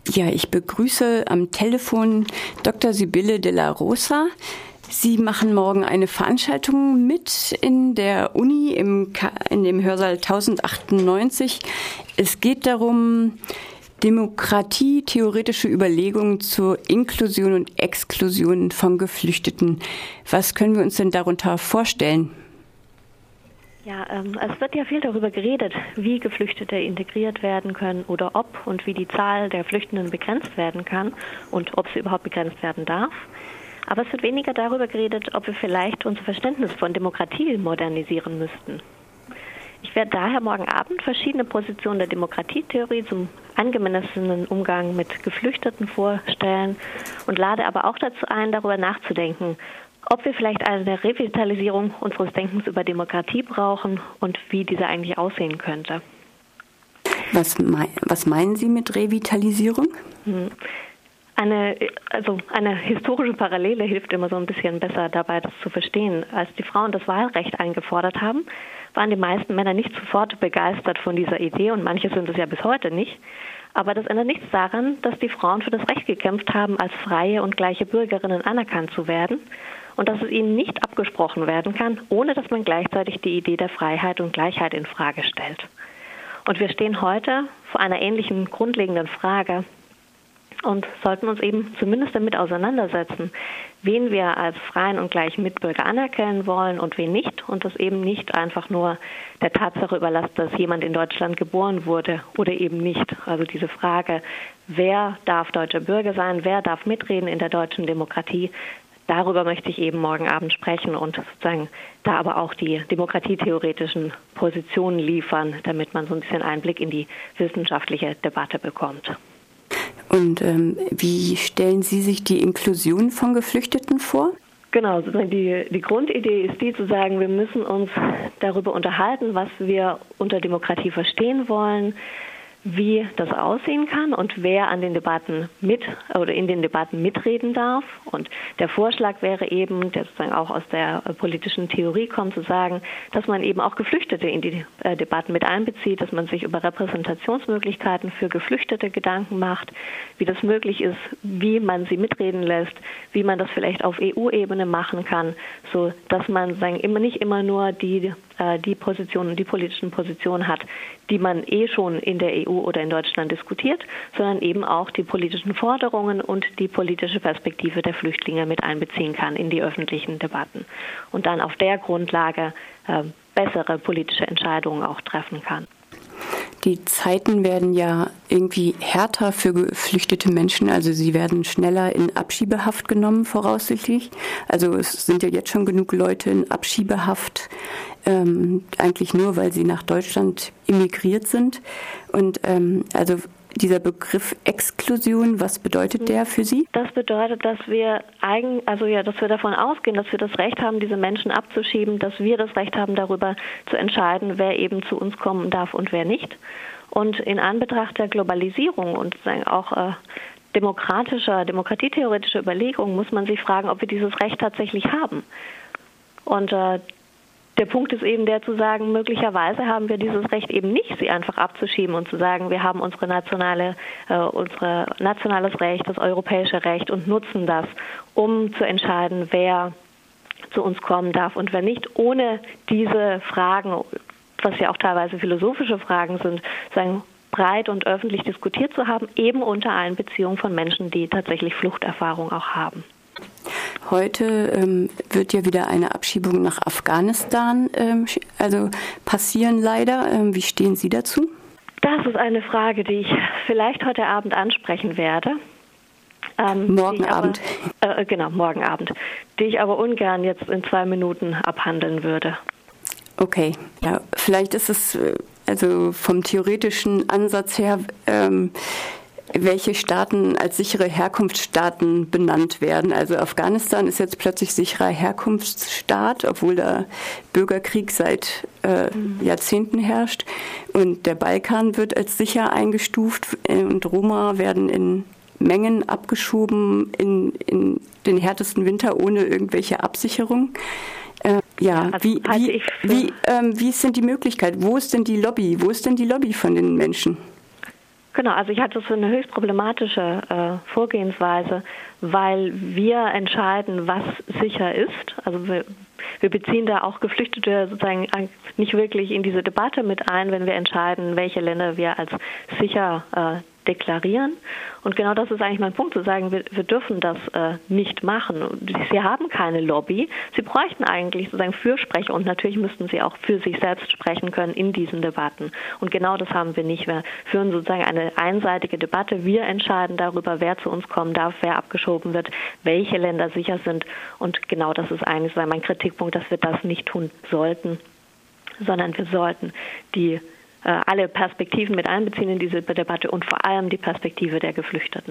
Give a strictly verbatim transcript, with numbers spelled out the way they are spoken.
Ja, ich begrüße am Telefon Doktor Sibylle de la Rosa. Sie machen morgen eine Veranstaltung mit in der Uni im K- in dem Hörsaal tausendachtzig. Es geht darum, Demokratie, theoretische Überlegungen zur Inklusion und Exklusion von Geflüchteten. Was können wir uns denn darunter vorstellen? Ja, ähm, es wird ja viel darüber geredet, wie Geflüchtete integriert werden können oder ob und wie die Zahl der Flüchtenden begrenzt werden kann und ob sie überhaupt begrenzt werden darf. Aber es wird weniger darüber geredet, ob wir vielleicht unser Verständnis von Demokratie modernisieren müssten. Ich werde daher morgen Abend verschiedene Positionen der Demokratietheorie zum angemessenen Umgang mit Geflüchteten vorstellen und lade aber auch dazu ein, darüber nachzudenken, ob wir vielleicht eine Revitalisierung unseres Denkens über Demokratie brauchen und wie diese eigentlich aussehen könnte. Was, mei- was meinen Sie mit Revitalisierung? Eine, also eine historische Parallele hilft immer so ein bisschen besser dabei, das zu verstehen. Als die Frauen das Wahlrecht eingefordert haben, waren die meisten Männer nicht sofort begeistert von dieser Idee und manche sind es ja bis heute nicht. Aber das ändert nichts daran, dass die Frauen für das Recht gekämpft haben, als freie und gleiche Bürgerinnen anerkannt zu werden und dass es ihnen nicht abgesprochen werden kann, ohne dass man gleichzeitig die Idee der Freiheit und Gleichheit in Frage stellt. Und wir stehen heute vor einer ähnlichen grundlegenden Frage und sollten uns eben zumindest damit auseinandersetzen, wen wir als freien und gleichen Mitbürger anerkennen wollen und wen nicht und das eben nicht einfach nur der Tatsache überlassen, dass jemand in Deutschland geboren wurde oder eben nicht. Also diese Frage, wer darf deutscher Bürger sein, wer darf mitreden in der deutschen Demokratie, darüber möchte ich eben morgen Abend sprechen und sozusagen da aber auch die demokratietheoretischen Positionen liefern, damit man so ein bisschen Einblick in die wissenschaftliche Debatte bekommt. Und ähm, wie stellen Sie sich die Inklusion von Geflüchteten vor? Genau, die, die Grundidee ist die, zu sagen, wir müssen uns darüber unterhalten, was wir unter Demokratie verstehen wollen, wie das aussehen kann und wer an den Debatten mit oder in den Debatten mitreden darf. Und der Vorschlag wäre eben, der sozusagen auch aus der politischen Theorie kommt, zu sagen, dass man eben auch Geflüchtete in die äh, Debatten mit einbezieht, dass man sich über Repräsentationsmöglichkeiten für Geflüchtete Gedanken macht, wie das möglich ist, wie man sie mitreden lässt, wie man das vielleicht auf E U-Ebene machen kann, so dass man sagen, immer nicht immer nur die äh, die Positionen, die politischen Positionen hat, die man eh schon in der E U oder in Deutschland diskutiert, sondern eben auch die politischen Forderungen und die politische Perspektive der Flüchtlinge mit einbeziehen kann in die öffentlichen Debatten und dann auf der Grundlage äh, bessere politische Entscheidungen auch treffen kann. Die Zeiten werden ja irgendwie härter für geflüchtete Menschen, also sie werden schneller in Abschiebehaft genommen voraussichtlich. Also es sind ja jetzt schon genug Leute in Abschiebehaft, ähm, eigentlich nur, weil sie nach Deutschland emigriert sind. Und ähm, also dieser Begriff Exklusion, was bedeutet der für Sie? Das bedeutet, dass wir eigen, also ja, dass wir davon ausgehen, dass wir das Recht haben, diese Menschen abzuschieben, dass wir das Recht haben, darüber zu entscheiden, wer eben zu uns kommen darf und wer nicht. Und in Anbetracht der Globalisierung und auch äh, demokratischer, demokratietheoretischer Überlegungen muss man sich fragen, ob wir dieses Recht tatsächlich haben. Und äh, Der Punkt ist eben der zu sagen, möglicherweise haben wir dieses Recht eben nicht, sie einfach abzuschieben und zu sagen, wir haben unsere nationale, äh, unsere nationales Recht, das europäische Recht und nutzen das, um zu entscheiden, wer zu uns kommen darf und wer nicht, ohne diese Fragen, was ja auch teilweise philosophische Fragen sind, sagen, breit und öffentlich diskutiert zu haben, eben unter Einbeziehung von Menschen, die tatsächlich Fluchterfahrung auch haben. Heute ähm, wird ja wieder eine Abschiebung nach Afghanistan ähm, also passieren leider. Ähm, wie stehen Sie dazu? Das ist eine Frage, die ich vielleicht heute Abend ansprechen werde. Ähm, morgen Abend. Aber, äh, genau, morgen Abend. Die ich aber ungern jetzt in zwei Minuten abhandeln würde. Okay, ja, vielleicht ist es also vom theoretischen Ansatz her, ähm, welche Staaten als sichere Herkunftsstaaten benannt werden. Also Afghanistan ist jetzt plötzlich sicherer Herkunftsstaat, obwohl da Bürgerkrieg seit äh, mhm. Jahrzehnten herrscht. Und der Balkan wird als sicher eingestuft und Roma werden in Mengen abgeschoben in, in den härtesten Winter ohne irgendwelche Absicherung. Äh, ja, also, wie, wie, wie, ähm, wie ist denn die Möglichkeit? Wo ist denn die Lobby? Wo ist denn die Lobby von den Menschen? Genau, also ich halte das für eine höchst problematische äh, Vorgehensweise, weil wir entscheiden, was sicher ist. Also wir, wir beziehen da auch Geflüchtete sozusagen nicht wirklich in diese Debatte mit ein, wenn wir entscheiden, welche Länder wir als sicher äh, deklarieren. Und genau das ist eigentlich mein Punkt, zu sagen, wir, wir dürfen das äh, nicht machen. Sie haben keine Lobby. Sie bräuchten eigentlich sozusagen Fürsprecher und natürlich müssten sie auch für sich selbst sprechen können in diesen Debatten. Und genau das haben wir nicht. Wir führen sozusagen eine einseitige Debatte. Wir entscheiden darüber, wer zu uns kommen darf, wer abgeschoben wird, welche Länder sicher sind. Und genau das ist eigentlich so mein Kritikpunkt, dass wir das nicht tun sollten, sondern wir sollten die alle Perspektiven mit einbeziehen in diese Debatte und vor allem die Perspektive der Geflüchteten.